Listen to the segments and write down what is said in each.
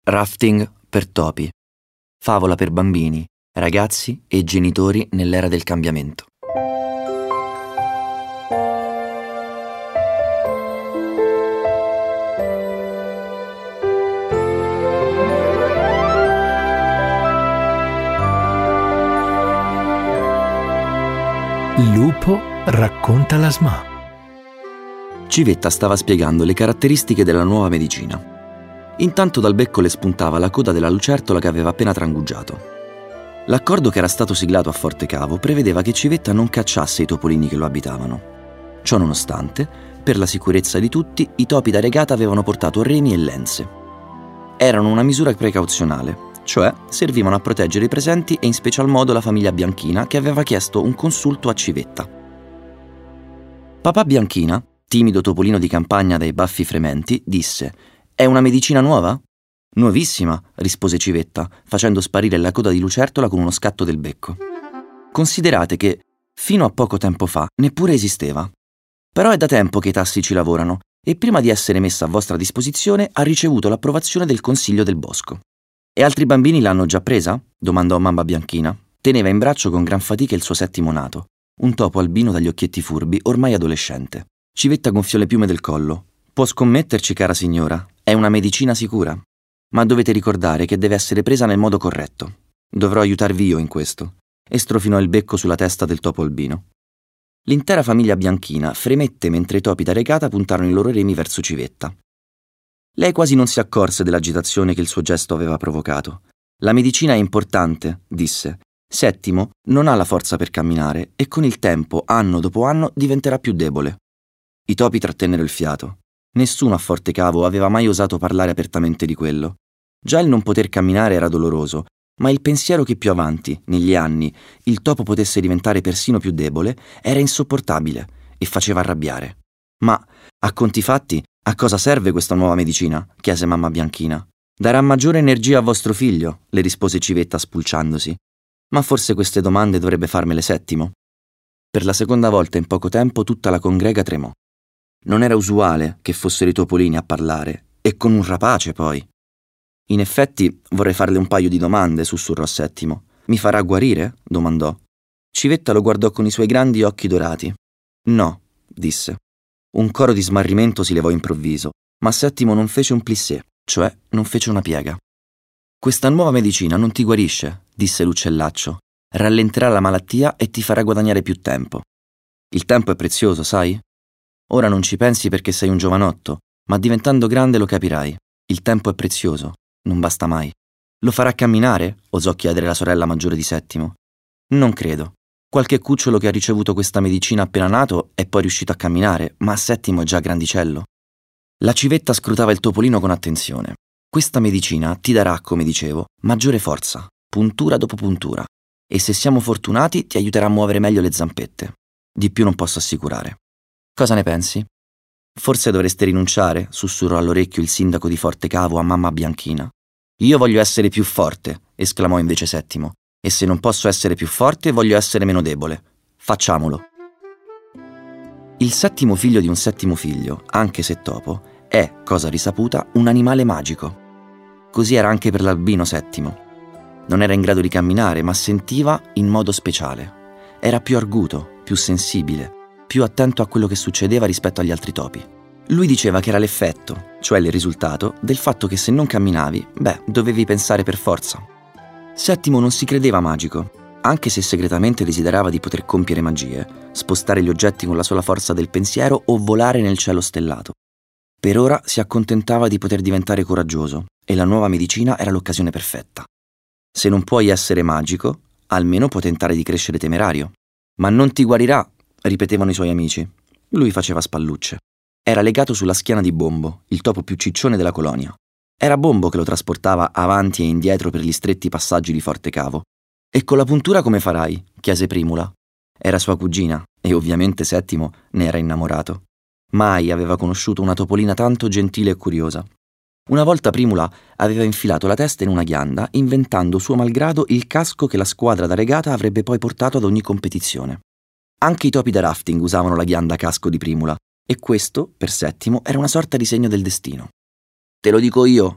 Rafting per topi. Favola per bambini, ragazzi e genitori nell'era del cambiamento. Lupo racconta la SMA. Civetta stava spiegando le caratteristiche della nuova medicina. Intanto dal becco le spuntava la coda della lucertola che aveva appena trangugiato. L'accordo che era stato siglato a Forte Cavo prevedeva che Civetta non cacciasse i topolini che lo abitavano. Ciò nonostante, per la sicurezza di tutti, i topi da regata avevano portato remi e lenze. Erano una misura precauzionale, cioè servivano a proteggere i presenti e in special modo la famiglia Bianchina che aveva chiesto un consulto a Civetta. Papà Bianchina, timido topolino di campagna dai baffi frementi, disse: «È una medicina nuova?» «Nuovissima», rispose Civetta, facendo sparire la coda di lucertola con uno scatto del becco. «Considerate che, fino a poco tempo fa, neppure esisteva. Però è da tempo che i tassi ci lavorano e prima di essere messa a vostra disposizione ha ricevuto l'approvazione del Consiglio del Bosco». «E altri bambini l'hanno già presa?» domandò mamma Bianchina. Teneva in braccio con gran fatica il suo settimo nato, un topo albino dagli occhietti furbi, ormai adolescente. Civetta gonfiò le piume del collo. «Può scommetterci, cara signora, è una medicina sicura. Ma dovete ricordare che deve essere presa nel modo corretto. Dovrò aiutarvi io in questo». E strofinò il becco sulla testa del topo albino. L'intera famiglia Bianchina fremette mentre i topi da regata puntarono i loro remi verso Civetta. Lei quasi non si accorse dell'agitazione che il suo gesto aveva provocato. «La medicina è importante», disse. «Settimo non ha la forza per camminare e con il tempo, anno dopo anno, diventerà più debole». I topi trattennero il fiato. Nessuno a Forte Cavo aveva mai osato parlare apertamente di quello. Già il non poter camminare era doloroso, ma il pensiero che più avanti, negli anni, il topo potesse diventare persino più debole era insopportabile e faceva arrabbiare. «Ma, a conti fatti, a cosa serve questa nuova medicina?» chiese mamma Bianchina. «Darà maggiore energia a vostro figlio», le rispose Civetta spulciandosi. «Ma forse queste domande dovrebbe farmele Settimo». Per la seconda volta in poco tempo tutta la congrega tremò. Non era usuale che fossero i topolini a parlare, e con un rapace poi. «In effetti vorrei farle un paio di domande», sussurrò Settimo. «Mi farà guarire?» domandò. Civetta lo guardò con i suoi grandi occhi dorati. «No», disse. Un coro di smarrimento si levò improvviso, ma Settimo non fece un plissé, cioè non fece una piega. «Questa nuova medicina non ti guarisce», disse l'uccellaccio. «Rallenterà la malattia e ti farà guadagnare più tempo. Il tempo è prezioso, sai? Ora non ci pensi perché sei un giovanotto, ma diventando grande lo capirai. Il tempo è prezioso, non basta mai». «Lo farà camminare?» osò chiedere la sorella maggiore di Settimo. «Non credo. Qualche cucciolo che ha ricevuto questa medicina appena nato è poi riuscito a camminare, ma Settimo è già grandicello». La Civetta scrutava il topolino con attenzione. «Questa medicina ti darà, come dicevo, maggiore forza, puntura dopo puntura, e se siamo fortunati ti aiuterà a muovere meglio le zampette. Di più non posso assicurare. Cosa ne pensi?» «Forse dovreste rinunciare», sussurrò all'orecchio il sindaco di Forte Cavo a mamma Bianchina. «Io voglio essere più forte», esclamò invece Settimo. «E se non posso essere più forte, voglio essere meno debole. Facciamolo». Il settimo figlio di un settimo figlio, anche se topo, è, cosa risaputa, un animale magico. Così era anche per l'albino Settimo. Non era in grado di camminare, ma sentiva in modo speciale. Era più arguto, più sensibile, più attento a quello che succedeva rispetto agli altri topi. Lui diceva che era l'effetto, cioè il risultato, del fatto che se non camminavi, dovevi pensare per forza. Settimo non si credeva magico, anche se segretamente desiderava di poter compiere magie, spostare gli oggetti con la sola forza del pensiero o volare nel cielo stellato. Per ora si accontentava di poter diventare coraggioso e la nuova medicina era l'occasione perfetta. Se non puoi essere magico, almeno puoi tentare di crescere temerario. «Ma non ti guarirà», ripetevano i suoi amici. Lui faceva spallucce. Era legato sulla schiena di Bombo, il topo più ciccione della colonia. Era Bombo che lo trasportava avanti e indietro per gli stretti passaggi di Forte Cavo. «E con la puntura come farai?» chiese Primula. Era sua cugina e ovviamente Settimo ne era innamorato. Mai aveva conosciuto una topolina tanto gentile e curiosa. Una volta Primula aveva infilato la testa in una ghianda, inventando suo malgrado il casco che la squadra da regata avrebbe poi portato ad ogni competizione. Anche i topi da rafting usavano la ghianda casco di Primula, e questo, per Settimo, era una sorta di segno del destino. «Te lo dico io»,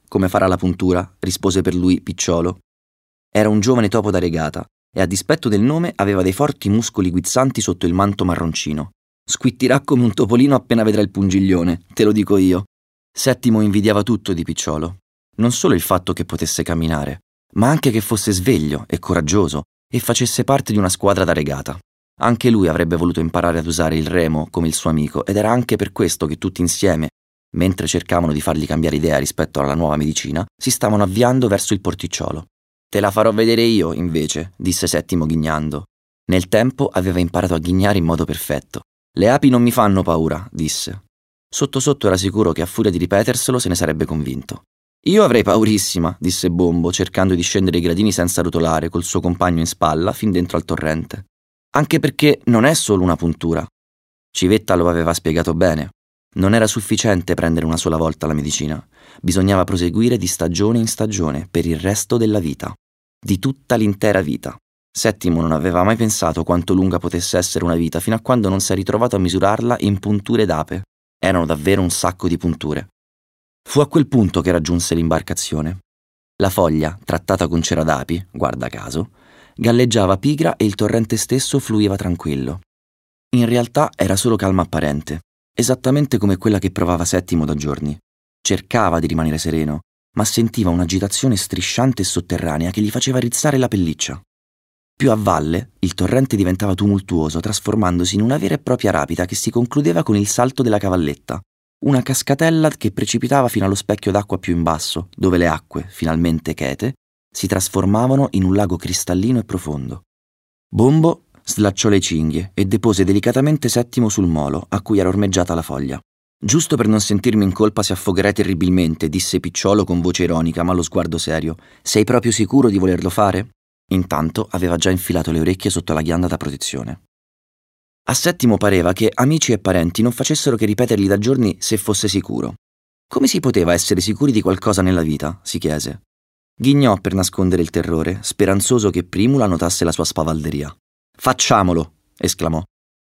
come farà la puntura, rispose per lui Picciolo. Era un giovane topo da regata e a dispetto del nome aveva dei forti muscoli guizzanti sotto il manto marroncino. Squittirà come un topolino appena vedrà il pungiglione, te lo dico io. Settimo invidiava tutto di Picciolo. Non solo il fatto che potesse camminare, ma anche che fosse sveglio e coraggioso e facesse parte di una squadra da regata. Anche lui avrebbe voluto imparare ad usare il remo come il suo amico ed era anche per questo che tutti insieme, mentre cercavano di fargli cambiare idea rispetto alla nuova medicina, si stavano avviando verso il porticciolo. «Te la farò vedere io, invece», disse Settimo ghignando. Nel tempo aveva imparato a ghignare in modo perfetto. «Le api non mi fanno paura», disse. Sotto sotto era sicuro che a furia di ripeterselo se ne sarebbe convinto. «Io avrei paurissima», disse Bombo, cercando di scendere i gradini senza rotolare, col suo compagno in spalla, fin dentro al torrente. «Anche perché non è solo una puntura». Civetta lo aveva spiegato bene. Non era sufficiente prendere una sola volta la medicina. Bisognava proseguire di stagione in stagione per il resto della vita. Di tutta l'intera vita. Settimo non aveva mai pensato quanto lunga potesse essere una vita fino a quando non si è ritrovato a misurarla in punture d'ape. Erano davvero un sacco di punture. Fu a quel punto che raggiunse l'imbarcazione. La foglia, trattata con cera d'api, guarda caso, galleggiava pigra e il torrente stesso fluiva tranquillo. In realtà era solo calma apparente, esattamente come quella che provava Settimo da giorni. Cercava di rimanere sereno, ma sentiva un'agitazione strisciante e sotterranea che gli faceva rizzare la pelliccia. Più a valle, il torrente diventava tumultuoso, trasformandosi in una vera e propria rapida che si concludeva con il salto della cavalletta, una cascatella che precipitava fino allo specchio d'acqua più in basso, dove le acque, finalmente chete, si trasformavano in un lago cristallino e profondo. Bombo slacciò le cinghie e depose delicatamente Settimo sul molo a cui era ormeggiata la foglia. «Giusto per non sentirmi in colpa se affogherai terribilmente», disse Picciolo con voce ironica ma lo sguardo serio. «Sei proprio sicuro di volerlo fare?» Intanto aveva già infilato le orecchie sotto la ghianda da protezione. A Settimo pareva che amici e parenti non facessero che ripetergli da giorni se fosse sicuro. Come si poteva essere sicuri di qualcosa nella vita? Si chiese. Ghignò per nascondere il terrore, speranzoso che Primula notasse la sua spavalderia. «Facciamolo!» esclamò.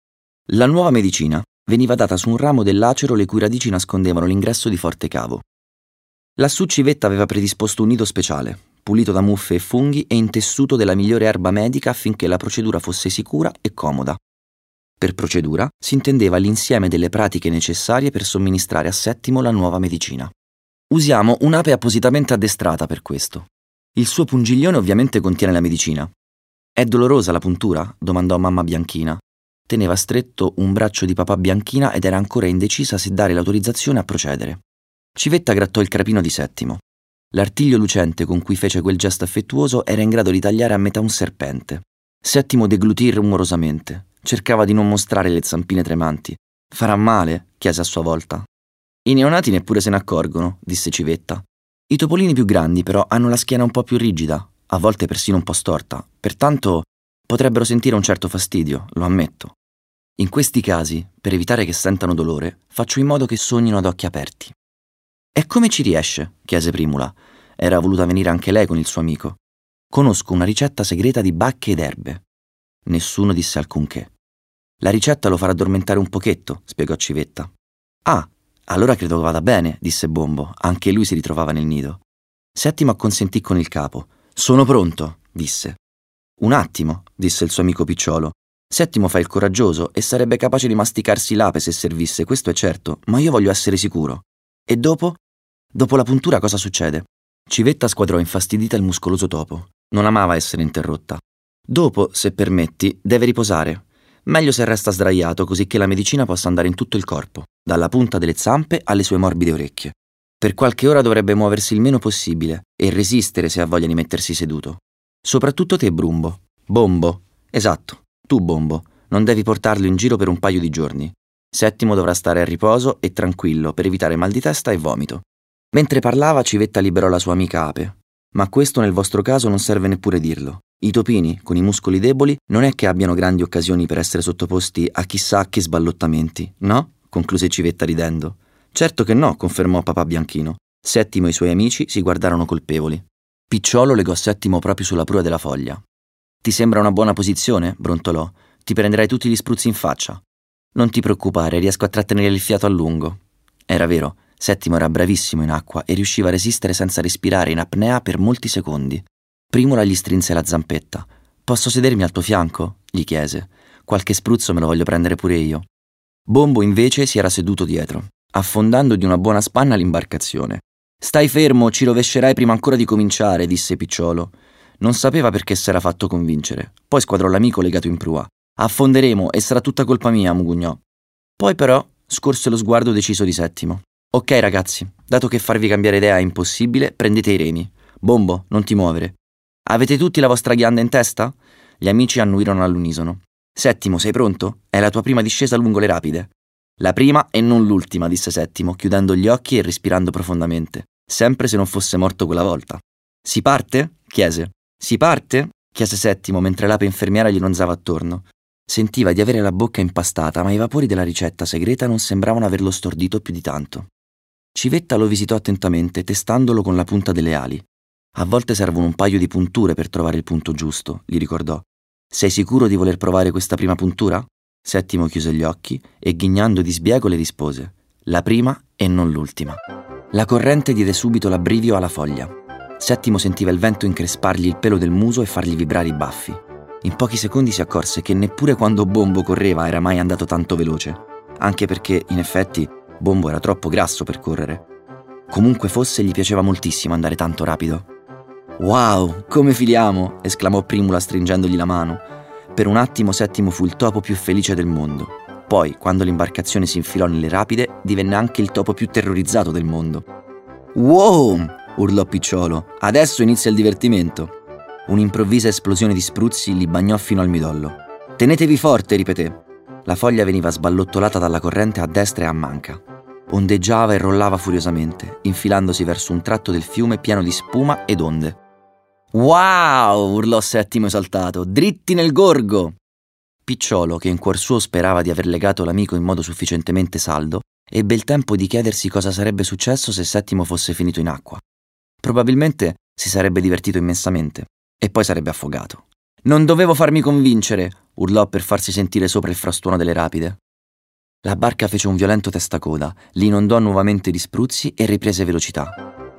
La nuova medicina veniva data su un ramo dell'acero le cui radici nascondevano l'ingresso di Forte Cavo. Lassù Civetta aveva predisposto un nido speciale, pulito da muffe e funghi e intessuto della migliore erba medica affinché la procedura fosse sicura e comoda. Per procedura si intendeva l'insieme delle pratiche necessarie per somministrare a Settimo la nuova medicina. Usiamo un'ape appositamente addestrata per questo. Il suo pungiglione ovviamente contiene la medicina. «È dolorosa la puntura?» domandò mamma Bianchina. Teneva stretto un braccio di papà Bianchina ed era ancora indecisa se dare l'autorizzazione a procedere. Civetta grattò il crapino di Settimo. L'artiglio lucente con cui fece quel gesto affettuoso era in grado di tagliare a metà un serpente. Settimo deglutì rumorosamente. Cercava di non mostrare le zampine tremanti. «Farà male?» chiese a sua volta. «I neonati neppure se ne accorgono», disse Civetta. «I topolini più grandi però hanno la schiena un po' più rigida, a volte persino un po' storta, pertanto potrebbero sentire un certo fastidio, lo ammetto. In questi casi, per evitare che sentano dolore, faccio in modo che sognino ad occhi aperti». «E come ci riesce?» chiese Primula. Era voluta venire anche lei con il suo amico. «Conosco una ricetta segreta di bacche ed erbe». Nessuno disse alcunché. «La ricetta lo farà addormentare un pochetto», spiegò Civetta. «Ah, allora credo vada bene», disse Bombo. Anche lui si ritrovava nel nido. Settimo acconsentì con il capo. «Sono pronto», disse. «Un attimo», disse il suo amico Picciolo. «Settimo fa il coraggioso e sarebbe capace di masticarsi l'ape se servisse, questo è certo, ma io voglio essere sicuro. E dopo? Dopo la puntura cosa succede?» Civetta squadrò infastidita il muscoloso topo. Non amava essere interrotta. «Dopo, se permetti, deve riposare. Meglio se resta sdraiato così che la medicina possa andare in tutto il corpo, dalla punta delle zampe alle sue morbide orecchie. Per qualche ora dovrebbe muoversi il meno possibile e resistere se ha voglia di mettersi seduto. Soprattutto te, Brumbo. Bombo. Esatto, tu, Bombo. Non devi portarlo in giro per un paio di giorni. Settimo dovrà stare a riposo e tranquillo per evitare mal di testa e vomito». Mentre parlava, Civetta liberò la sua amica ape. «Ma questo nel vostro caso non serve neppure dirlo. I topini, con i muscoli deboli, non è che abbiano grandi occasioni per essere sottoposti a chissà che sballottamenti, no?» concluse Civetta ridendo. «Certo che no», confermò papà Bianchino. Settimo e i suoi amici si guardarono colpevoli. Picciolo legò Settimo proprio sulla prua della foglia. «Ti sembra una buona posizione?» brontolò. «Ti prenderai tutti gli spruzzi in faccia». «Non ti preoccupare, riesco a trattenere il fiato a lungo». Era vero, Settimo era bravissimo in acqua e riusciva a resistere senza respirare in apnea per molti secondi. Primula gli strinse la zampetta. «Posso sedermi al tuo fianco?» gli chiese. «Qualche spruzzo me lo voglio prendere pure io». Bombo invece si era seduto dietro, affondando di una buona spanna l'imbarcazione. «Stai fermo, ci rovescerai prima ancora di cominciare», disse Picciolo. Non sapeva perché s'era fatto convincere. Poi squadrò l'amico legato in prua. «Affonderemo e sarà tutta colpa mia», mugugnò. Poi però scorse lo sguardo deciso di Settimo. «Ok ragazzi, dato che farvi cambiare idea è impossibile, prendete i remi. Bombo, non ti muovere. Avete tutti la vostra ghianda in testa?» Gli amici annuirono all'unisono. «Settimo, sei pronto? È la tua prima discesa lungo le rapide». «La prima e non l'ultima», disse Settimo, chiudendo gli occhi e respirando profondamente, sempre se non fosse morto quella volta. «Si parte?» chiese. «Si parte?» chiese Settimo mentre l'ape infermiera gli ronzava attorno. Sentiva di avere la bocca impastata, ma i vapori della ricetta segreta non sembravano averlo stordito più di tanto. Civetta lo visitò attentamente, testandolo con la punta delle ali. «A volte servono un paio di punture per trovare il punto giusto», gli ricordò. «Sei sicuro di voler provare questa prima puntura?» Settimo chiuse gli occhi e ghignando di sbiego le rispose: «La prima e non l'ultima». La corrente diede subito l'abbrivio alla foglia. Settimo sentiva il vento increspargli il pelo del muso e fargli vibrare i baffi. In pochi secondi si accorse che neppure quando Bombo correva era mai andato tanto veloce, anche perché, in effetti, Bombo era troppo grasso per correre. Comunque fosse, gli piaceva moltissimo andare tanto rapido. «Wow, come filiamo!» esclamò Primula stringendogli la mano. Per un attimo Settimo fu il topo più felice del mondo. Poi, quando l'imbarcazione si infilò nelle rapide, divenne anche il topo più terrorizzato del mondo. «Wow!» urlò Picciolo. «Adesso inizia il divertimento!» Un'improvvisa esplosione di spruzzi li bagnò fino al midollo. «Tenetevi forte!» ripeté. La foglia veniva sballottolata dalla corrente a destra e a manca. Ondeggiava e rollava furiosamente, infilandosi verso un tratto del fiume pieno di spuma ed onde. «Wow!» urlò Settimo esaltato. «Dritti nel gorgo!» Picciolo, che in cuor suo sperava di aver legato l'amico in modo sufficientemente saldo, ebbe il tempo di chiedersi cosa sarebbe successo se Settimo fosse finito in acqua. Probabilmente si sarebbe divertito immensamente e poi sarebbe affogato. «Non dovevo farmi convincere!» urlò per farsi sentire sopra il frastuono delle rapide. La barca fece un violento testacoda, li inondò nuovamente di spruzzi e riprese velocità.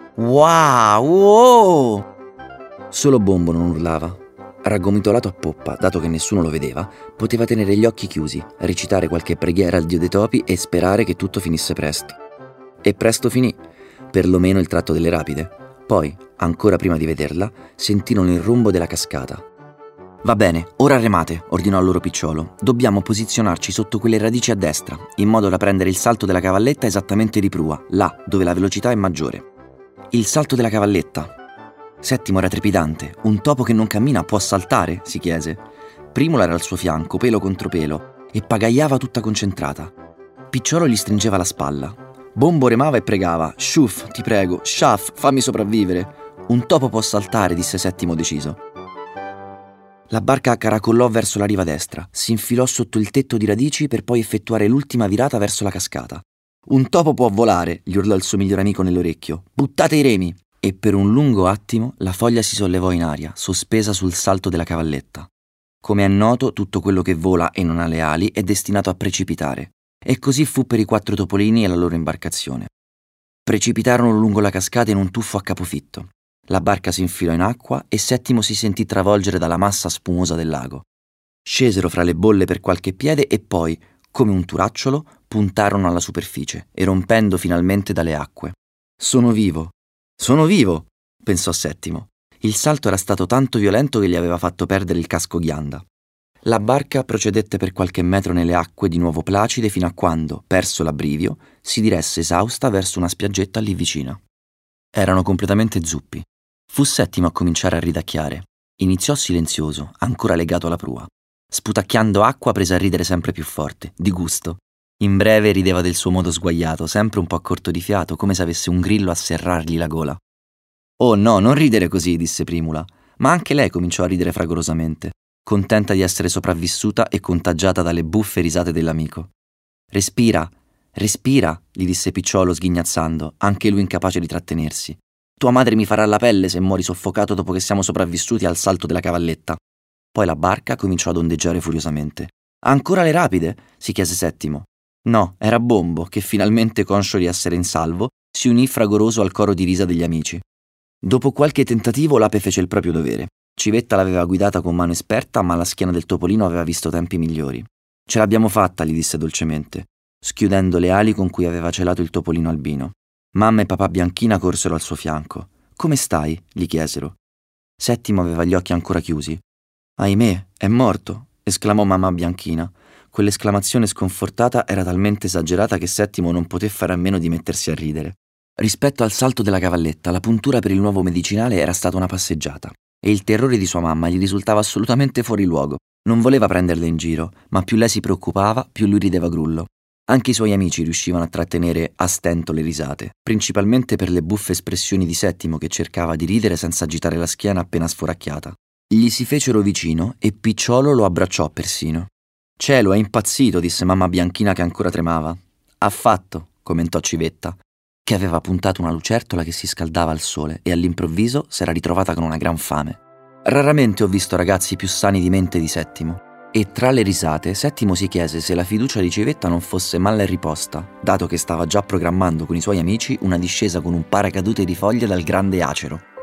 «Wow! Wow!» Solo Bombo non urlava. Raggomitolato a poppa, dato che nessuno lo vedeva, poteva tenere gli occhi chiusi, recitare qualche preghiera al dio dei topi e sperare che tutto finisse presto. E presto finì, perlomeno il tratto delle rapide. Poi, ancora prima di vederla, sentirono il rombo della cascata. «Va bene, ora remate», ordinò loro Picciolo. «Dobbiamo posizionarci sotto quelle radici a destra, in modo da prendere il salto della cavalletta esattamente di prua, là dove la velocità è maggiore». Il salto della cavalletta. Settimo era trepidante. «Un topo che non cammina può saltare?» si chiese. Primula era al suo fianco, pelo contro pelo, e pagaiava tutta concentrata. Picciolo gli stringeva la spalla. Bombo remava e pregava: «Sciuff, ti prego, Sciaff, fammi sopravvivere». «Un topo può saltare», disse Settimo deciso. La barca caracollò verso la riva destra, si infilò sotto il tetto di radici per poi effettuare l'ultima virata verso la cascata. «Un topo può volare», gli urlò il suo migliore amico nell'orecchio. «Buttate i remi!» E per un lungo attimo la foglia si sollevò in aria, sospesa sul salto della cavalletta. Come è noto, tutto quello che vola e non ha le ali è destinato a precipitare, e così fu per i 4 topolini e la loro imbarcazione. Precipitarono lungo la cascata in un tuffo a capofitto. La barca si infilò in acqua e Settimo si sentì travolgere dalla massa spumosa del lago. Scesero fra le bolle per qualche piede e poi, come un turacciolo, puntarono alla superficie, erompendo finalmente dalle acque. «Sono vivo! Sono vivo!» pensò Settimo. Il salto era stato tanto violento che gli aveva fatto perdere il casco ghianda. La barca procedette per qualche metro nelle acque di nuovo placide fino a quando, perso l'abbrivio, si diresse esausta verso una spiaggetta lì vicina. Erano completamente zuppi. Fu Settimo a cominciare a ridacchiare. Iniziò silenzioso, ancora legato alla prua. Sputacchiando acqua prese a ridere sempre più forte, di gusto. In breve rideva del suo modo sguaiato, sempre un po' corto di fiato, come se avesse un grillo a serrargli la gola. «Oh no, non ridere così», disse Primula, ma anche lei cominciò a ridere fragorosamente, contenta di essere sopravvissuta e contagiata dalle buffe risate dell'amico. «Respira, respira», gli disse Picciolo sghignazzando, anche lui incapace di trattenersi. «Tua madre mi farà la pelle se muori soffocato dopo che siamo sopravvissuti al salto della cavalletta». Poi la barca cominciò ad ondeggiare furiosamente. «Ancora le rapide?» si chiese Settimo. No, era Bombo, che finalmente, conscio di essere in salvo, si unì fragoroso al coro di risa degli amici. Dopo qualche tentativo l'ape fece il proprio dovere. Civetta l'aveva guidata con mano esperta, ma la schiena del topolino aveva visto tempi migliori. Ce l'abbiamo fatta, gli disse dolcemente, schiudendo le ali con cui aveva celato il topolino albino. Mamma e papà Bianchina corsero al suo fianco. «Come stai?» gli chiesero. Settimo aveva gli occhi ancora chiusi. «Ahimè, è morto!» esclamò mamma Bianchina. Quell'esclamazione sconfortata era talmente esagerata che Settimo non poté fare a meno di mettersi a ridere. Rispetto al salto della cavalletta, la puntura per il nuovo medicinale era stata una passeggiata, e il terrore di sua mamma gli risultava assolutamente fuori luogo. Non voleva prenderle in giro, ma più lei si preoccupava, più lui rideva grullo. Anche i suoi amici riuscivano a trattenere a stento le risate, principalmente per le buffe espressioni di Settimo che cercava di ridere senza agitare la schiena appena sforacchiata. Gli si fecero vicino e Picciolo lo abbracciò persino. «Cielo, è impazzito», disse mamma Bianchina che ancora tremava. «Affatto», commentò Civetta, che aveva puntato una lucertola che si scaldava al sole e all'improvviso s'era ritrovata con una gran fame. Raramente ho visto ragazzi più sani di mente di Settimo. E tra le risate, Settimo si chiese se la fiducia di Civetta non fosse mal riposta, dato che stava già programmando con i suoi amici una discesa con un paracadute di foglie dal grande acero.